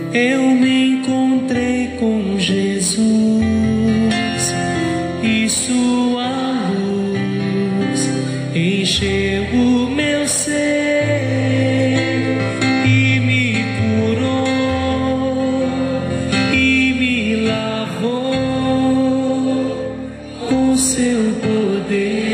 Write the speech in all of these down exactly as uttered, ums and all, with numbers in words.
eu me encontrei com Jesus e sua luz encheu o meu ser e me curou e me lavou com seu poder.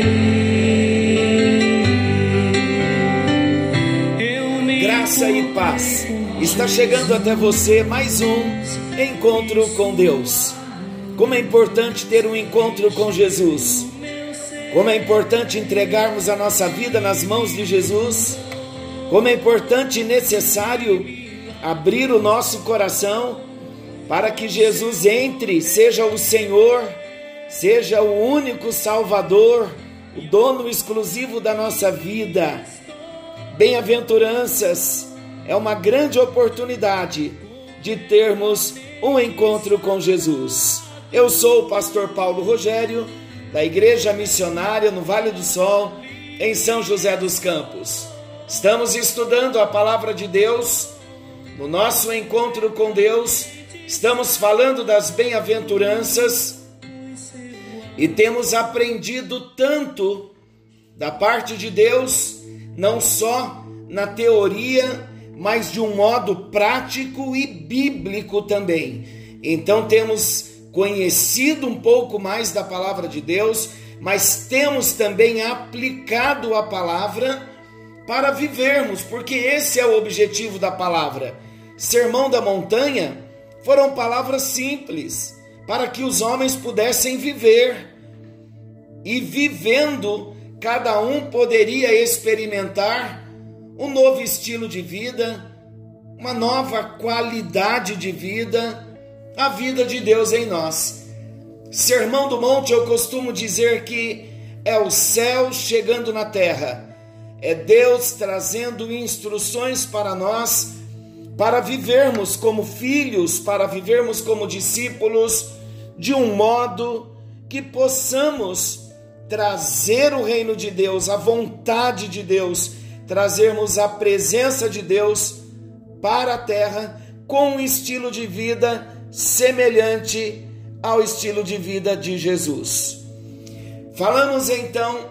Graça e paz. Está chegando até você mais um encontro com Deus. Como é importante ter um encontro com Jesus. Como é importante entregarmos a nossa vida nas mãos de Jesus. Como é importante e necessário abrir o nosso coração para que Jesus entre, seja o Senhor, seja o único Salvador, o dono exclusivo da nossa vida. Bem-aventuranças, é uma grande oportunidade de termos um encontro com Jesus. Eu sou o pastor Paulo Rogério, da Igreja Missionária no Vale do Sol, em São José dos Campos. Estamos estudando a Palavra de Deus. No nosso encontro com Deus, estamos falando das bem-aventuranças e temos aprendido tanto da parte de Deus, não só na teoria, mas de um modo prático e bíblico também. Então temos conhecido um pouco mais da palavra de Deus, mas temos também aplicado a palavra para vivermos, porque esse é o objetivo da palavra. Sermão da Montanha foram palavras simples, para que os homens pudessem viver. E vivendo, cada um poderia experimentar um novo estilo de vida, uma nova qualidade de vida, a vida de Deus em nós. Sermão do Monte, eu costumo dizer que é o céu chegando na terra, é Deus trazendo instruções para nós, para vivermos como filhos, para vivermos como discípulos, de um modo que possamos trazer o reino de Deus, a vontade de Deus, trazermos a presença de Deus para a terra com um estilo de vida semelhante ao estilo de vida de Jesus. Falamos então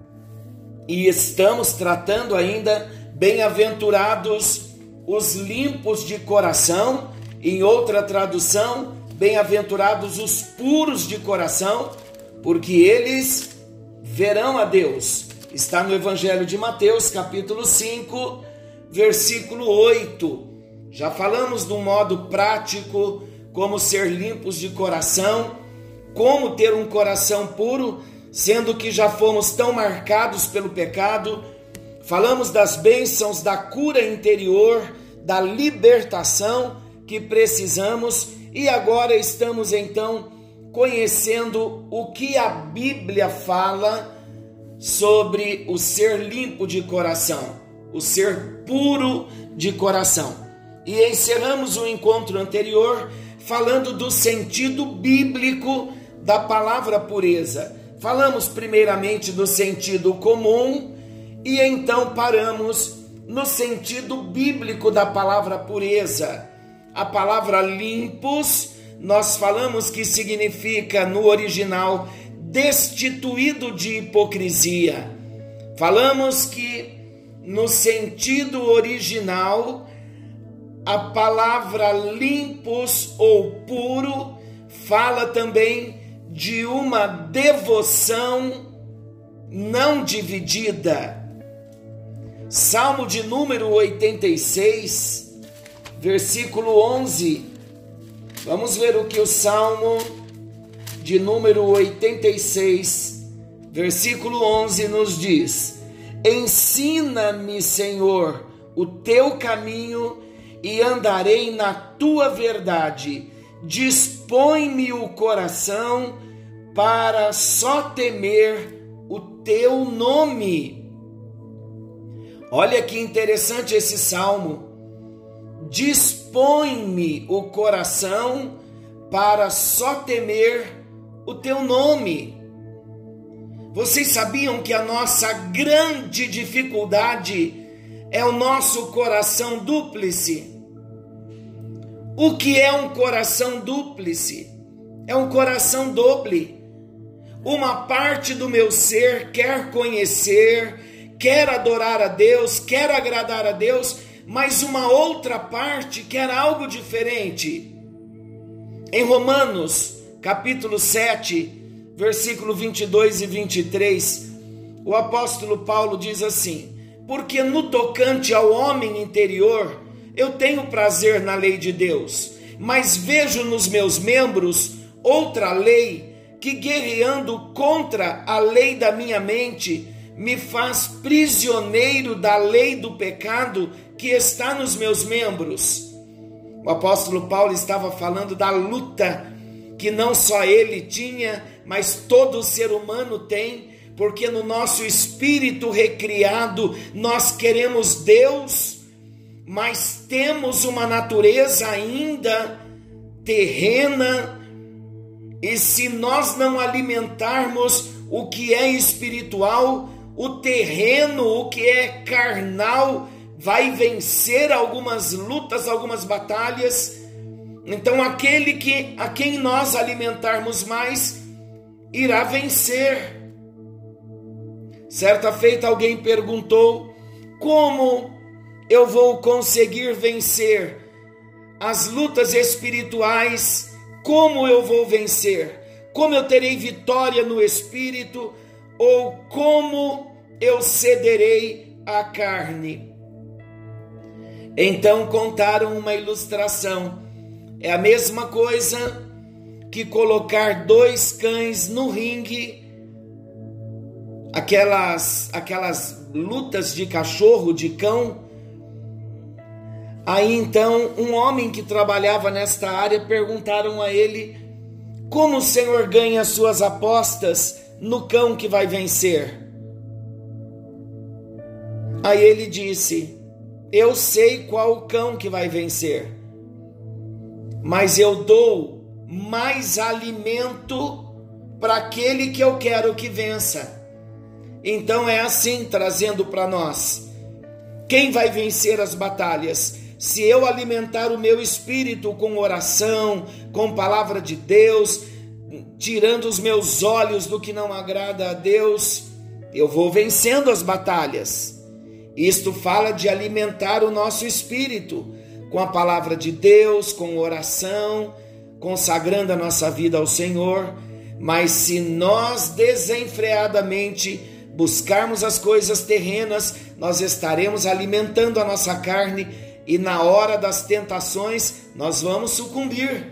e estamos tratando ainda bem-aventurados os limpos de coração, em outra tradução, bem-aventurados os puros de coração, porque eles verão a Deus. Está no Evangelho de Mateus, capítulo cinco, versículo oito. Já falamos de um modo prático, como ser limpos de coração, como ter um coração puro, sendo que já fomos tão marcados pelo pecado. Falamos das bênçãos da cura interior, da libertação que precisamos, e agora estamos então conhecendo o que a Bíblia fala sobre o ser limpo de coração, o ser puro de coração. E encerramos o encontro anterior falando do sentido bíblico da palavra pureza. Falamos primeiramente do sentido comum e então paramos no sentido bíblico da palavra pureza. A palavra limpos, nós falamos que significa no original destituído de hipocrisia. Falamos que no sentido original a palavra limpos ou puro fala também de uma devoção não dividida. Salmo de número oitenta e seis, versículo onze. Vamos ver o que o Salmo de número oitenta e seis, versículo onze nos diz: Ensina-me, Senhor, o teu caminho e andarei na tua verdade. Dispõe-me o coração para só temer o teu nome. Olha que interessante esse salmo. Dispõe-me o coração para só temer o teu nome. Vocês sabiam que a nossa grande dificuldade é o nosso coração dúplice? O que é um coração dúplice? É um coração doble. Uma parte do meu ser quer conhecer, quer adorar a Deus, quer agradar a Deus, mas uma outra parte quer algo diferente. Em Romanos, capítulo sete, versículo vinte e dois e vinte e três, o apóstolo Paulo diz assim: porque no tocante ao homem interior, eu tenho prazer na lei de Deus, mas vejo nos meus membros outra lei que, guerreando contra a lei da minha mente, me faz prisioneiro da lei do pecado que está nos meus membros. O apóstolo Paulo estava falando da luta que não só ele tinha, mas todo ser humano tem, porque no nosso espírito recriado nós queremos Deus, mas temos uma natureza ainda terrena, e se nós não alimentarmos o que é espiritual, o terreno, o que é carnal, vai vencer algumas lutas, algumas batalhas. Então aquele que, a quem nós alimentarmos mais, irá vencer. Certa feita alguém perguntou: como eu vou conseguir vencer as lutas espirituais? Como eu vou vencer? Como eu terei vitória no espírito? Ou como eu cederei à carne? Então contaram uma ilustração. É a mesma coisa que colocar dois cães no ringue, aquelas, aquelas lutas de cachorro, de cão. Aí então um homem que trabalhava nesta área perguntaram a ele: como o senhor ganha suas apostas no cão que vai vencer? Aí ele disse: eu sei qual o cão que vai vencer, mas eu dou mais alimento para aquele que eu quero que vença. Então é assim, trazendo para nós: quem vai vencer as batalhas? Se eu alimentar o meu espírito com oração, com palavra de Deus, tirando os meus olhos do que não agrada a Deus, eu vou vencendo as batalhas. Isto fala de alimentar o nosso espírito com a palavra de Deus, com oração, consagrando a nossa vida ao Senhor. Mas se nós desenfreadamente buscarmos as coisas terrenas, nós estaremos alimentando a nossa carne, e na hora das tentações nós vamos sucumbir.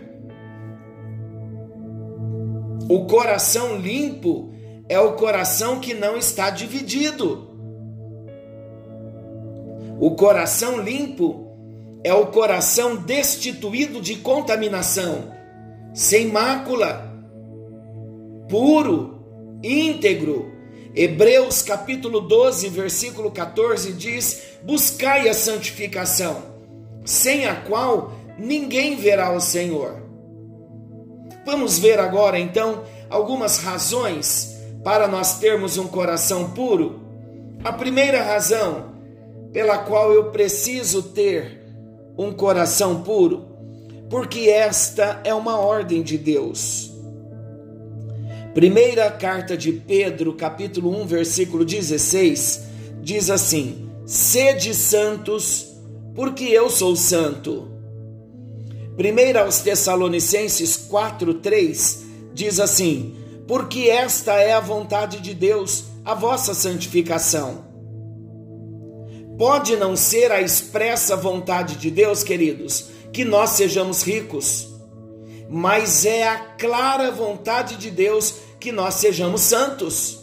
O coração limpo é o coração que não está dividido. O coração limpo é o coração destituído de contaminação, sem mácula, puro, íntegro. Hebreus capítulo doze, versículo quatorze diz: buscai a santificação, sem a qual ninguém verá o Senhor. Vamos ver agora então algumas razões para nós termos um coração puro. A primeira razão pela qual eu preciso ter um coração puro, porque esta é uma ordem de Deus. Primeira carta de Pedro, capítulo um, versículo dezesseis, diz assim: sede santos, porque eu sou santo. Primeira aos Tessalonicenses quatro, três, diz assim: porque esta é a vontade de Deus, a vossa santificação. Pode não ser a expressa vontade de Deus, queridos, que nós sejamos ricos, mas é a clara vontade de Deus que nós sejamos santos.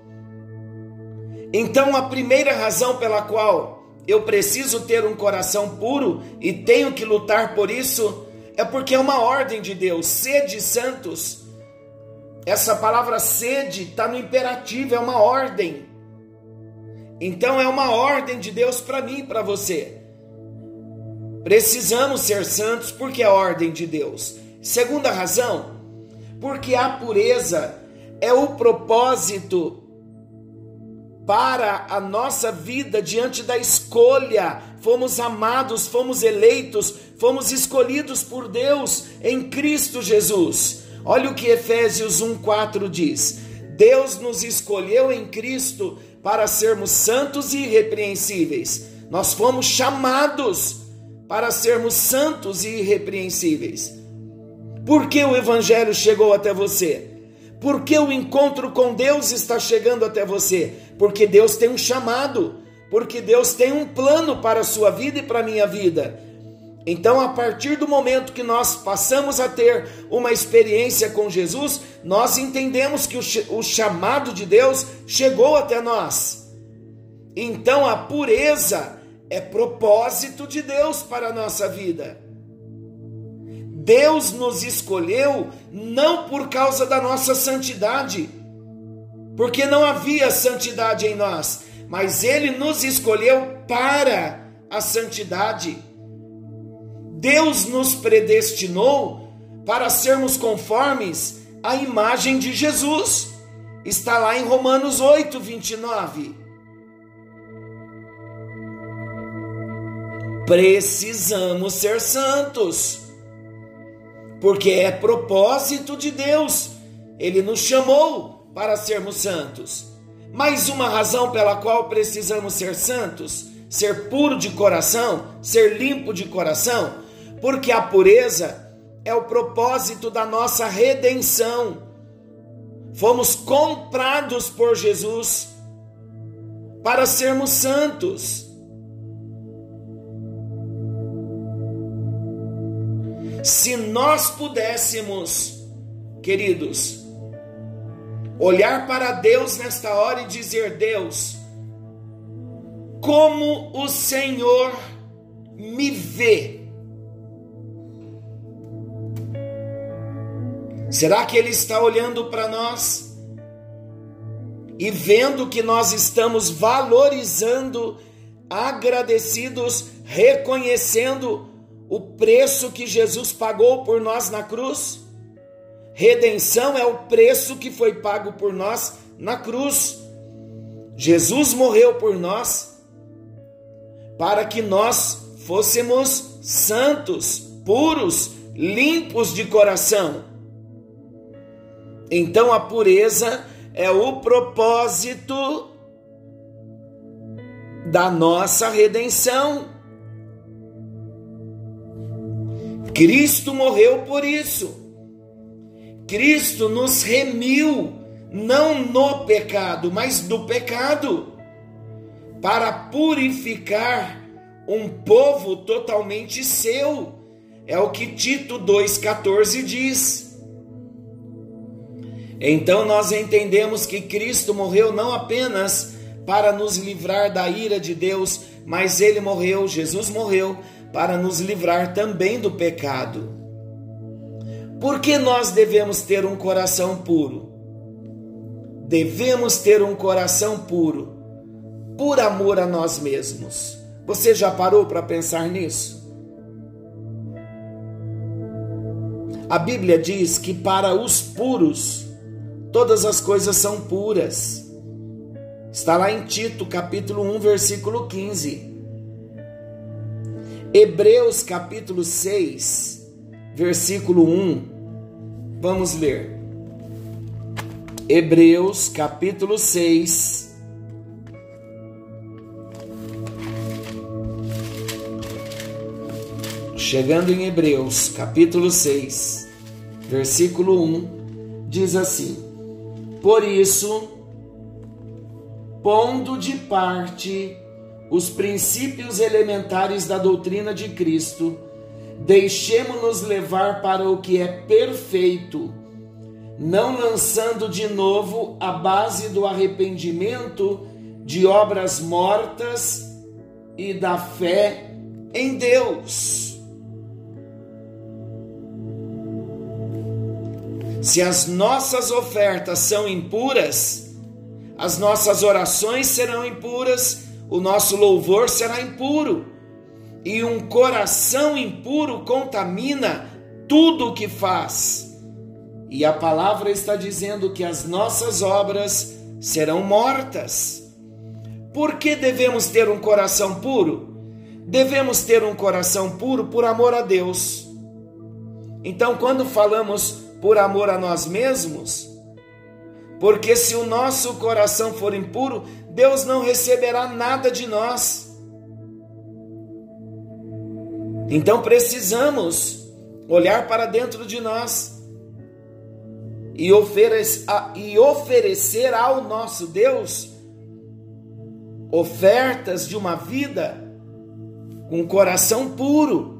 Então, a primeira razão pela qual eu preciso ter um coração puro e tenho que lutar por isso é porque é uma ordem de Deus: sede santos. Essa palavra sede está no imperativo, é uma ordem. Então é uma ordem de Deus para mim e para você. Precisamos ser santos porque é ordem de Deus. Segunda razão, porque a pureza é o propósito para a nossa vida diante da escolha. Fomos amados, fomos eleitos, fomos escolhidos por Deus em Cristo Jesus. Olha o que Efésios um, quatro diz: Deus nos escolheu em Cristo para sermos santos e irrepreensíveis. Nós fomos chamados para sermos santos e irrepreensíveis. Por que o Evangelho chegou até você? Por que o encontro com Deus está chegando até você? Porque Deus tem um chamado, porque Deus tem um plano para a sua vida e para a minha vida. Então, a partir do momento que nós passamos a ter uma experiência com Jesus, nós entendemos que o chamado de Deus chegou até nós. Então, a pureza é propósito de Deus para a nossa vida. Deus nos escolheu não por causa da nossa santidade, porque não havia santidade em nós, mas Ele nos escolheu para a santidade. Deus nos predestinou para sermos conformes à imagem de Jesus. Está lá em Romanos oito, vinte e nove. Precisamos ser santos, porque é propósito de Deus. Ele nos chamou para sermos santos. Mais uma razão pela qual precisamos ser santos, ser puro de coração, ser limpo de coração, porque a pureza é o propósito da nossa redenção. Fomos comprados por Jesus para sermos santos. Se nós pudéssemos, queridos, olhar para Deus nesta hora e dizer: Deus, como o Senhor me vê? Será que Ele está olhando para nós e vendo que nós estamos valorizando, agradecidos, reconhecendo o preço que Jesus pagou por nós na cruz? Redenção é o preço que foi pago por nós na cruz. Jesus morreu por nós para que nós fôssemos santos, puros, limpos de coração. Então a pureza é o propósito da nossa redenção. Cristo morreu por isso. Cristo nos remiu, não no pecado, mas do pecado, para purificar um povo totalmente seu. É o que Tito dois, quatorze diz. Então nós entendemos que Cristo morreu não apenas para nos livrar da ira de Deus, mas Ele morreu, Jesus morreu, para nos livrar também do pecado. Por que nós devemos ter um coração puro? Devemos ter um coração puro, por amor a nós mesmos. Você já parou para pensar nisso? A Bíblia diz que para os puros, todas as coisas são puras. Está lá em Tito, capítulo um, versículo quinze. Hebreus, capítulo seis, versículo um. Vamos ler. Hebreus, capítulo seis. Chegando em Hebreus, capítulo seis, versículo um, diz assim: Por isso, pondo de parte os princípios elementares da doutrina de Cristo, deixemo-nos levar para o que é perfeito, não lançando de novo a base do arrependimento de obras mortas e da fé em Deus. Se as nossas ofertas são impuras, as nossas orações serão impuras, o nosso louvor será impuro. E um coração impuro contamina tudo o que faz. E a palavra está dizendo que as nossas obras serão mortas. Por que devemos ter um coração puro? Devemos ter um coração puro por amor a Deus. Então, quando falamos por amor a nós mesmos, porque se o nosso coração for impuro, Deus não receberá nada de nós. Então precisamos olhar para dentro de nós e oferecer ao nosso Deus ofertas de uma vida com coração puro.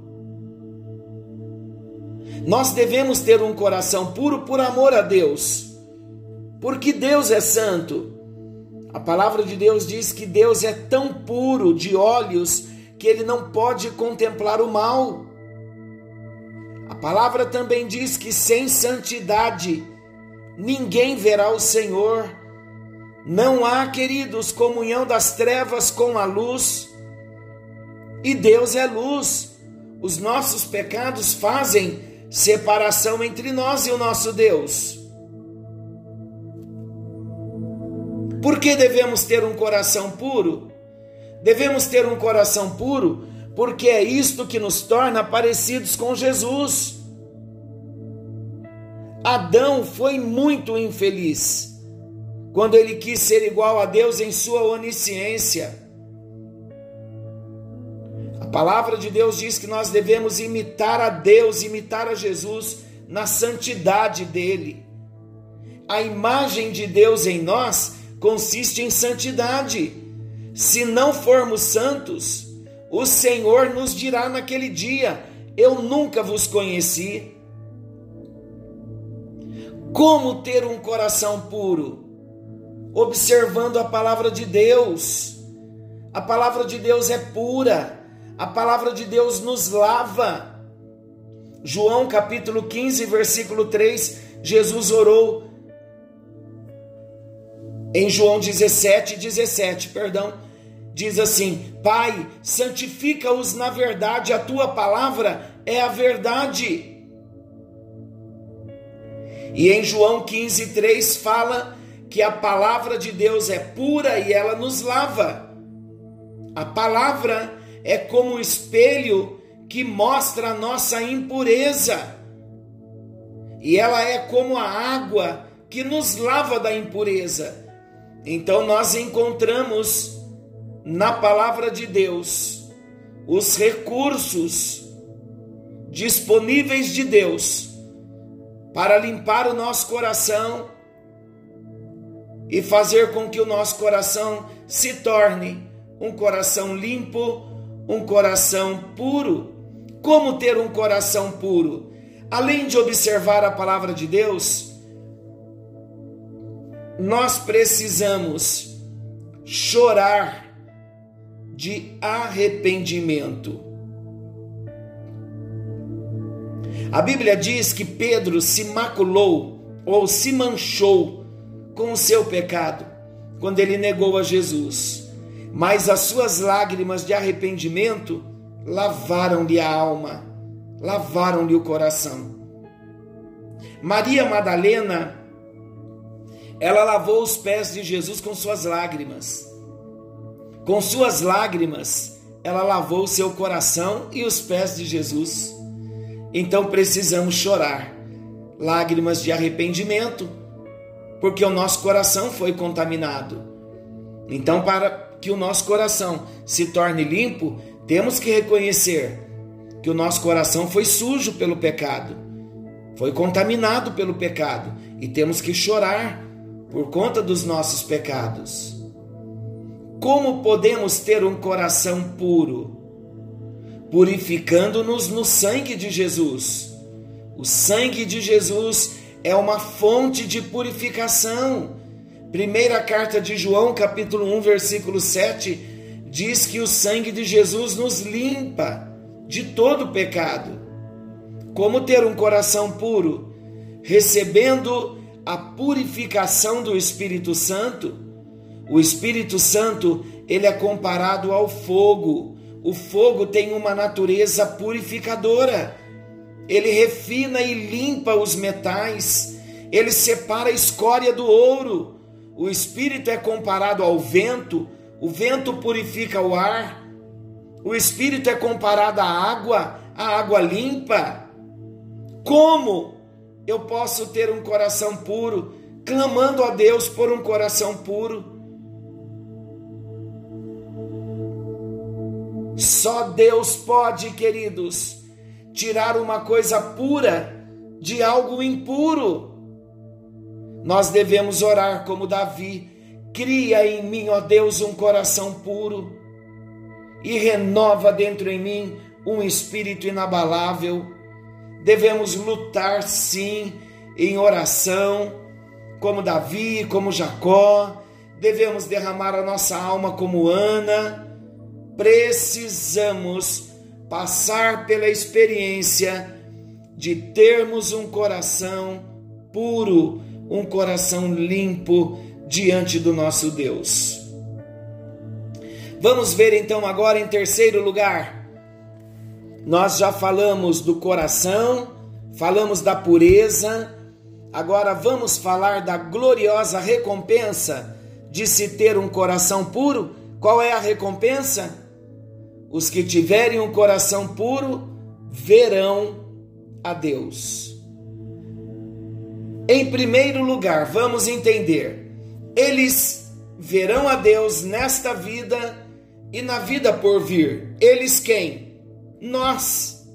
Nós devemos ter um coração puro por amor a Deus, porque Deus é santo. A palavra de Deus diz que Deus é tão puro de olhos que Ele não pode contemplar o mal. A palavra também diz que sem santidade ninguém verá o Senhor. Não há, queridos, comunhão das trevas com a luz. E Deus é luz. Os nossos pecados fazem separação entre nós e o nosso Deus. Por que devemos ter um coração puro? Devemos ter um coração puro porque é isto que nos torna parecidos com Jesus. Adão foi muito infeliz quando ele quis ser igual a Deus em sua onisciência. A palavra de Deus diz que nós devemos imitar a Deus, imitar a Jesus na santidade dele. A imagem de Deus em nós consiste em santidade. Se não formos santos, o Senhor nos dirá naquele dia: eu nunca vos conheci. Como ter um coração puro? Observando a palavra de Deus. A palavra de Deus é pura. A palavra de Deus nos lava. João capítulo quinze, versículo três, Jesus orou. Em João dezessete, dezessete, perdão, diz assim: Pai, santifica-os na verdade, a tua palavra é a verdade. E em João quinze, três fala que a palavra de Deus é pura e ela nos lava. A palavra é como um espelho que mostra a nossa impureza. E ela é como a água que nos lava da impureza. Então nós encontramos na palavra de Deus os recursos disponíveis de Deus para limpar o nosso coração e fazer com que o nosso coração se torne um coração limpo, um coração puro. Como ter um coração puro? Além de observar a palavra de Deus, nós precisamos chorar de arrependimento. A Bíblia diz que Pedro se maculou ou se manchou com o seu pecado quando ele negou a Jesus, mas as suas lágrimas de arrependimento lavaram-lhe a alma, lavaram-lhe o coração. Maria Madalena, ela lavou os pés de Jesus com suas lágrimas. Com suas lágrimas, ela lavou o seu coração e os pés de Jesus. Então precisamos chorar lágrimas de arrependimento, porque o nosso coração foi contaminado. Então, para que o nosso coração se torne limpo, temos que reconhecer que o nosso coração foi sujo pelo pecado, foi contaminado pelo pecado, e temos que chorar por conta dos nossos pecados. Como podemos ter um coração puro? Purificando-nos no sangue de Jesus. O sangue de Jesus é uma fonte de purificação. Primeira carta de João, capítulo um, versículo sete, diz que o sangue de Jesus nos limpa de todo pecado. Como ter um coração puro? Recebendo a purificação do Espírito Santo. O Espírito Santo, ele é comparado ao fogo. O fogo tem uma natureza purificadora. Ele refina e limpa os metais. Ele separa a escória do ouro. O Espírito é comparado ao vento, o vento purifica o ar, o Espírito é comparado à água, à água limpa. Como eu posso ter um coração puro, clamando a Deus por um coração puro? Só Deus pode, queridos, tirar uma coisa pura de algo impuro. Nós devemos orar como Davi: cria em mim, ó Deus, um coração puro e renova dentro em mim um espírito inabalável. Devemos lutar, sim, em oração, como Davi, como Jacó. Devemos derramar a nossa alma como Ana. Precisamos passar pela experiência de termos um coração puro, um coração limpo diante do nosso Deus. Vamos ver então agora em terceiro lugar. Nós já falamos do coração, falamos da pureza, agora vamos falar da gloriosa recompensa de se ter um coração puro. Qual é a recompensa? Os que tiverem um coração puro verão a Deus. Em primeiro lugar, vamos entender, eles verão a Deus nesta vida e na vida por vir. Eles quem? Nós,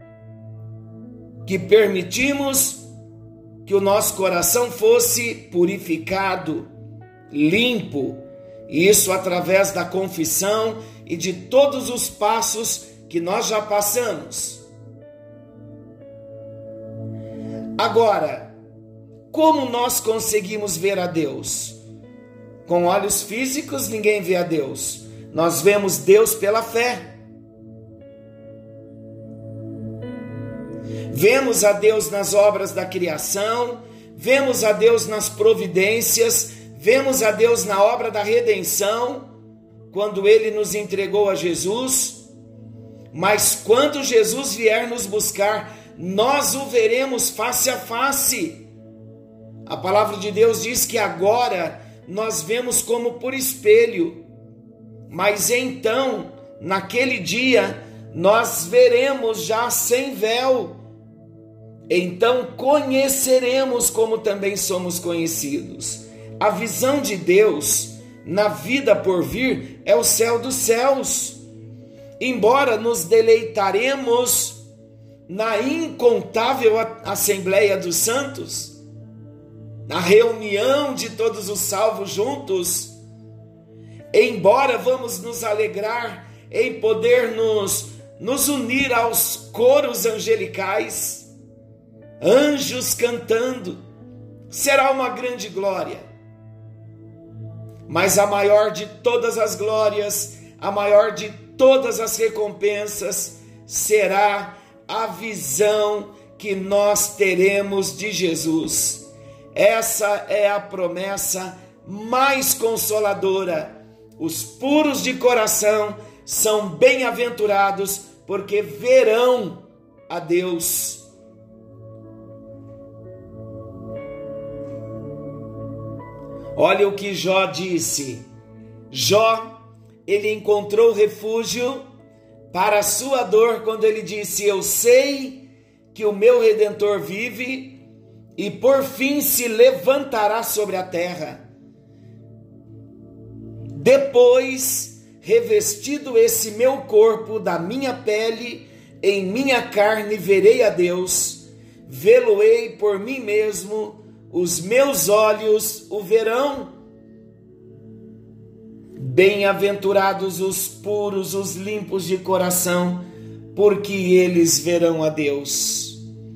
que permitimos que o nosso coração fosse purificado, limpo, e isso através da confissão e de todos os passos que nós já passamos. Agora, como nós conseguimos ver a Deus? Com olhos físicos ninguém vê a Deus. Nós vemos Deus pela fé. Vemos a Deus nas obras da criação, vemos a Deus nas providências, vemos a Deus na obra da redenção, quando Ele nos entregou a Jesus. Mas quando Jesus vier nos buscar, nós o veremos face a face. A palavra de Deus diz que agora nós vemos como por espelho, mas então, naquele dia, nós veremos já sem véu. Então conheceremos como também somos conhecidos. A visão de Deus na vida por vir é o céu dos céus. Embora nos deleitaremos na incontável Assembleia dos Santos, na reunião de todos os salvos juntos, embora vamos nos alegrar em poder nos, nos unir aos coros angelicais, anjos cantando, será uma grande glória. Mas a maior de todas as glórias, a maior de todas as recompensas, será a visão que nós teremos de Jesus. Essa é a promessa mais consoladora. Os puros de coração são bem-aventurados, porque verão a Deus. Olha o que Jó disse. Jó, ele encontrou refúgio para a sua dor quando ele disse: eu sei que o meu Redentor vive e por fim se levantará sobre a terra. Depois, revestido esse meu corpo da minha pele, em minha carne verei a Deus, vê-lo-ei por mim mesmo, os meus olhos o verão. Bem-aventurados os puros, os limpos de coração, porque eles verão a Deus.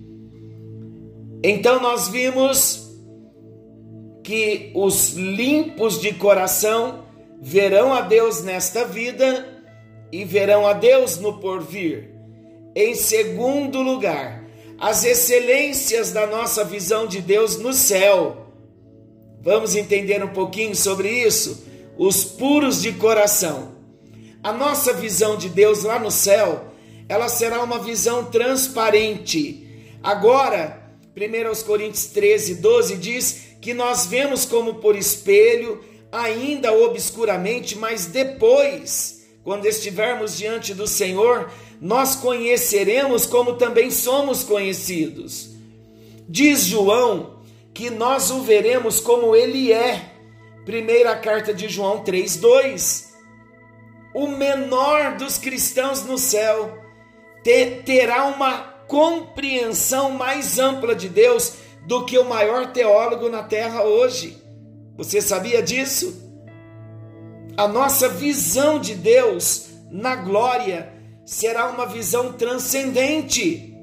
Então nós vimos que os limpos de coração verão a Deus nesta vida e verão a Deus no porvir. Em segundo lugar, as excelências da nossa visão de Deus no céu. Vamos entender um pouquinho sobre isso? Os puros de coração. A nossa visão de Deus lá no céu, ela será uma visão transparente. Agora, primeira Coríntios treze, doze diz que nós vemos como por espelho, ainda obscuramente, mas depois, quando estivermos diante do Senhor, nós conheceremos como também somos conhecidos. Diz João que nós o veremos como ele é. Primeira carta de João três, dois. O menor dos cristãos no céu terá uma compreensão mais ampla de Deus do que o maior teólogo na terra hoje. Você sabia disso? A nossa visão de Deus na glória será uma visão transcendente.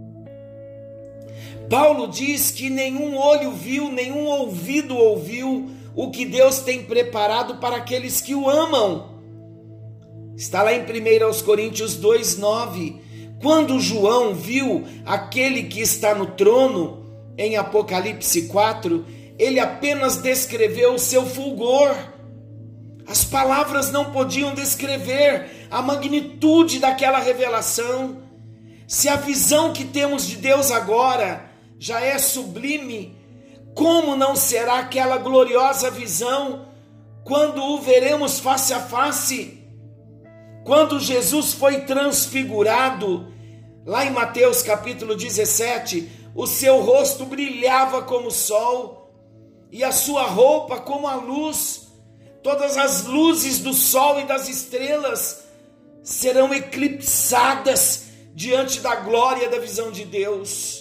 Paulo diz que nenhum olho viu, nenhum ouvido ouviu o que Deus tem preparado para aqueles que o amam. Está lá em primeira Coríntios dois, nove. Quando João viu aquele que está no trono, em Apocalipse quatro, ele apenas descreveu o seu fulgor. As palavras não podiam descrever a magnitude daquela revelação. Se a visão que temos de Deus agora já é sublime, como não será aquela gloriosa visão quando o veremos face a face? Quando Jesus foi transfigurado, lá em Mateus capítulo dezessete, o seu rosto brilhava como o sol e a sua roupa como a luz. Todas as luzes do sol e das estrelas serão eclipsadas diante da glória da visão de Deus.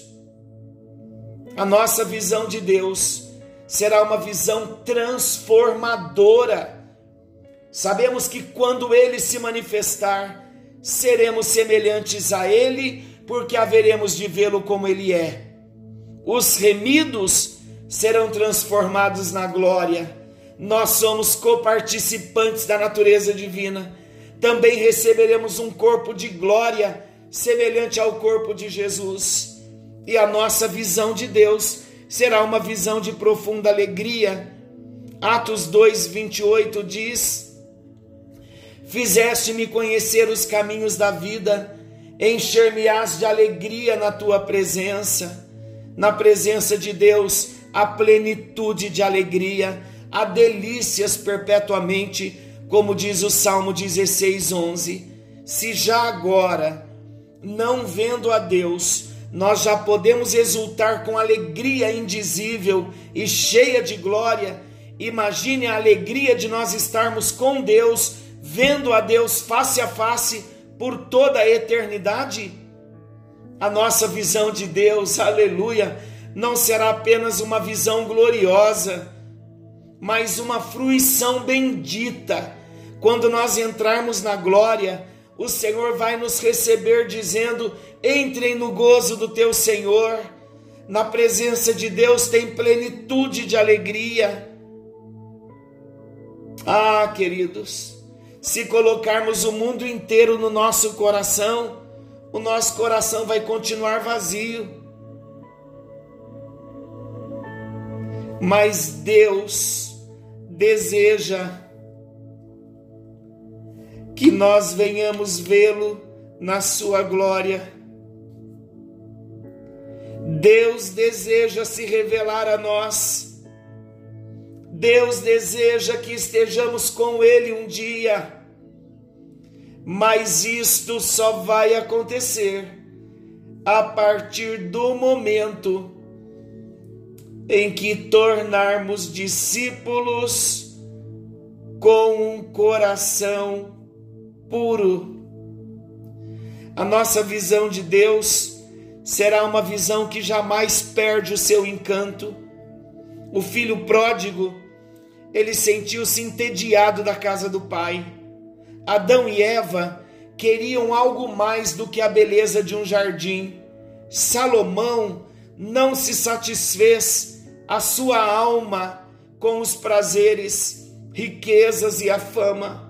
A nossa visão de Deus será uma visão transformadora. Sabemos que quando Ele se manifestar, seremos semelhantes a Ele, porque haveremos de vê-lo como Ele é. Os remidos serão transformados na glória. Nós somos coparticipantes da natureza divina. Também receberemos um corpo de glória, semelhante ao corpo de Jesus. E a nossa visão de Deus será uma visão de profunda alegria. Atos dois, vinte e oito diz: fizeste-me conhecer os caminhos da vida, encher-me-ás de alegria na tua presença. Na presença de Deus, há plenitude de alegria, há delícias perpetuamente, como diz o Salmo dezesseis, onze. Se já agora, não vendo a Deus, nós já podemos exultar com alegria indizível e cheia de glória, imagine a alegria de nós estarmos com Deus, vendo a Deus face a face por toda a eternidade. A nossa visão de Deus, aleluia, não será apenas uma visão gloriosa, mas uma fruição bendita. Quando nós entrarmos na glória, o Senhor vai nos receber dizendo: entrem no gozo do teu Senhor. Na presença de Deus tem plenitude de alegria. Ah, queridos, se colocarmos o mundo inteiro no nosso coração, o nosso coração vai continuar vazio. Mas Deus deseja que nós venhamos vê-lo na sua glória. Deus deseja se revelar a nós. Deus deseja que estejamos com Ele um dia. Mas isto só vai acontecer a partir do momento em que tornarmos discípulos com um coração puro. A nossa visão de Deus será uma visão que jamais perde o seu encanto. O filho pródigo, ele sentiu-se entediado da casa do pai. Adão e Eva queriam algo mais do que a beleza de um jardim. Salomão não se satisfez a sua alma com os prazeres, riquezas e a fama.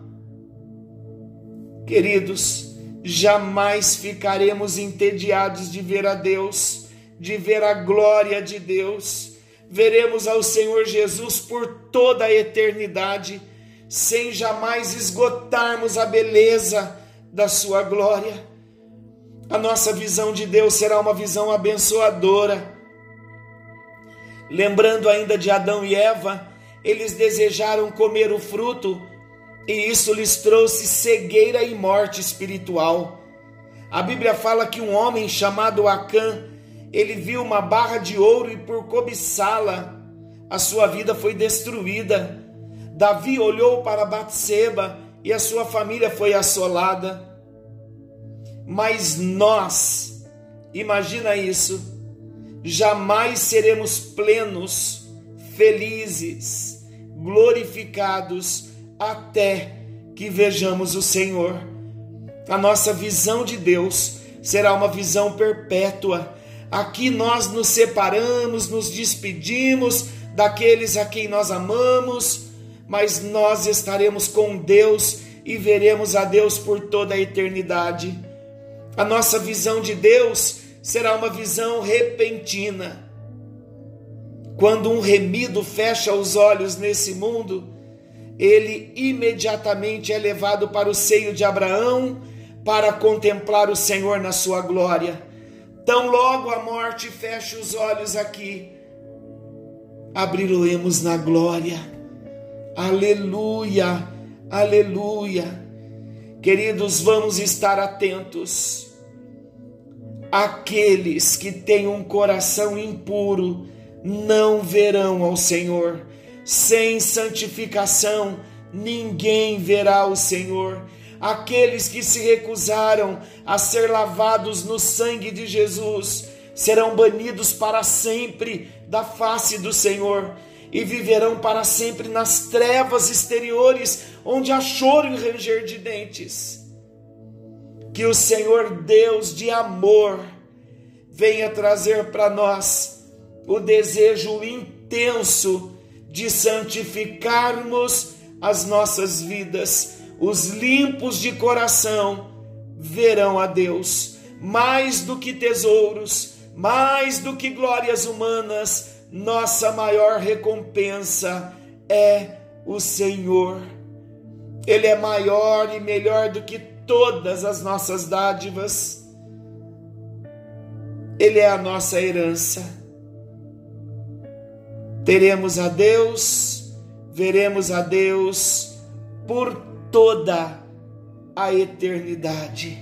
Queridos, jamais ficaremos entediados de ver a Deus, de ver a glória de Deus. Veremos ao Senhor Jesus por toda a eternidade, sem jamais esgotarmos a beleza da sua glória. A nossa visão de Deus será uma visão abençoadora. Lembrando ainda de Adão e Eva, eles desejaram comer o fruto e isso lhes trouxe cegueira e morte espiritual. A Bíblia fala que um homem chamado Acã, ele viu uma barra de ouro e por cobiçá-la, a sua vida foi destruída. Davi olhou para Batseba e a sua família foi assolada. Mas nós, imagina isso, jamais seremos plenos, felizes, glorificados até que vejamos o Senhor. A nossa visão de Deus será uma visão perpétua. Aqui nós nos separamos, nos despedimos daqueles a quem nós amamos, mas nós estaremos com Deus e veremos a Deus por toda a eternidade. A nossa visão de Deus será uma visão repentina. Quando um remido fecha os olhos nesse mundo, ele imediatamente é levado para o seio de Abraão para contemplar o Senhor na sua glória. Tão logo a morte fecha os olhos aqui, abri-lo-emos na glória. Aleluia, aleluia. Queridos, vamos estar atentos. Aqueles que têm um coração impuro não verão ao Senhor. Sem santificação, ninguém verá o Senhor. Aqueles que se recusaram a ser lavados no sangue de Jesus serão banidos para sempre da face do Senhor e viverão para sempre nas trevas exteriores, onde há choro e ranger de dentes. Que o Senhor Deus de amor venha trazer para nós o desejo intenso de santificarmos as nossas vidas. Os limpos de coração verão a Deus. Mais do que tesouros, mais do que glórias humanas, nossa maior recompensa é o Senhor. Ele é maior e melhor do que todas as nossas dádivas. Ele é a nossa herança. Teremos a Deus, veremos a Deus por toda a eternidade.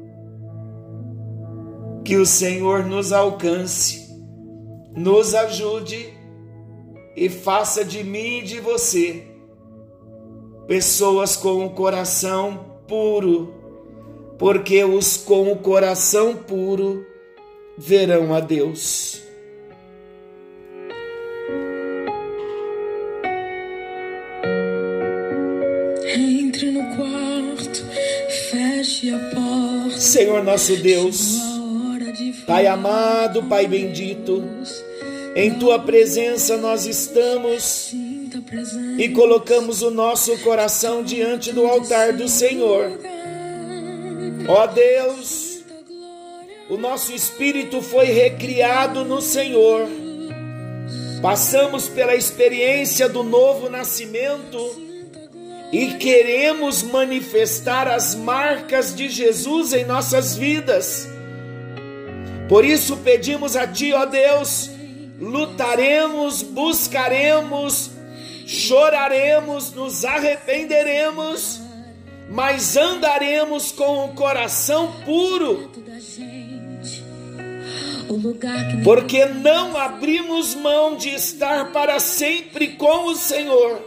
Que o Senhor nos alcance, nos ajude e faça de mim e de você pessoas com o coração puro, porque os com o coração puro verão a Deus. Entre no quarto, feche a porta. Senhor nosso Deus, Pai amado, Pai bendito, em Tua presença nós estamos e colocamos o nosso coração diante do altar do Senhor. Ó Deus, o nosso espírito foi recriado no Senhor. Passamos pela experiência do novo nascimento e queremos manifestar as marcas de Jesus em nossas vidas. Por isso pedimos a Ti, ó Deus, lutaremos, buscaremos, choraremos, nos arrependeremos, mas andaremos com o coração puro, porque não abrimos mão de estar para sempre com o Senhor.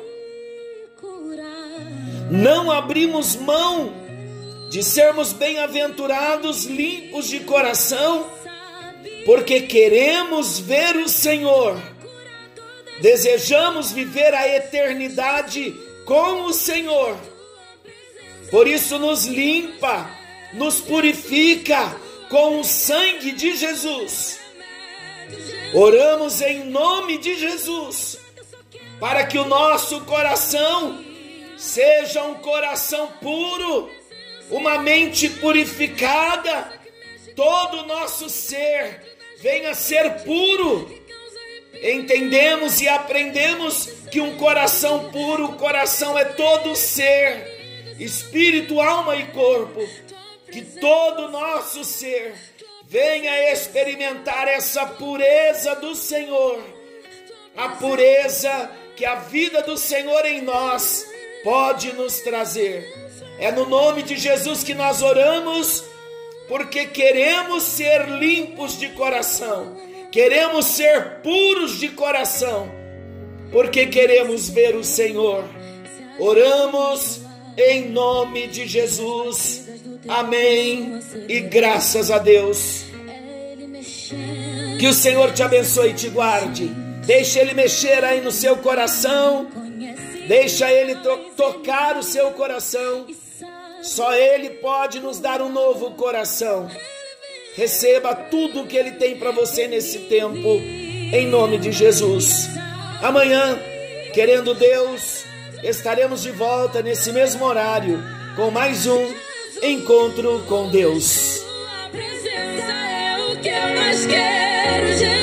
Não abrimos mão de sermos bem-aventurados, limpos de coração, porque queremos ver o Senhor. Desejamos viver a eternidade com o Senhor. Por isso nos limpa, nos purifica com o sangue de Jesus. Oramos em nome de Jesus, para que o nosso coração seja um coração puro, uma mente purificada, todo o nosso ser venha ser puro. Entendemos e aprendemos que um coração puro, o coração é todo o ser, espírito, alma e corpo. Que todo o nosso ser venha experimentar essa pureza do Senhor, a pureza que a vida do Senhor em nós pode nos trazer. É no nome de Jesus que nós oramos, porque queremos ser limpos de coração, queremos ser puros de coração, porque queremos ver o Senhor. Oramos em nome de Jesus. Amém. E graças a Deus. Que o Senhor te abençoe e te guarde. Deixa Ele mexer aí no seu coração. Deixa Ele to- tocar o seu coração. Só Ele pode nos dar um novo coração. Receba tudo o que Ele tem para você nesse tempo, em nome de Jesus. Amanhã, querendo Deus, estaremos de volta nesse mesmo horário com mais um Encontro com Deus. Sua presença é o que eu mais quero, Jesus.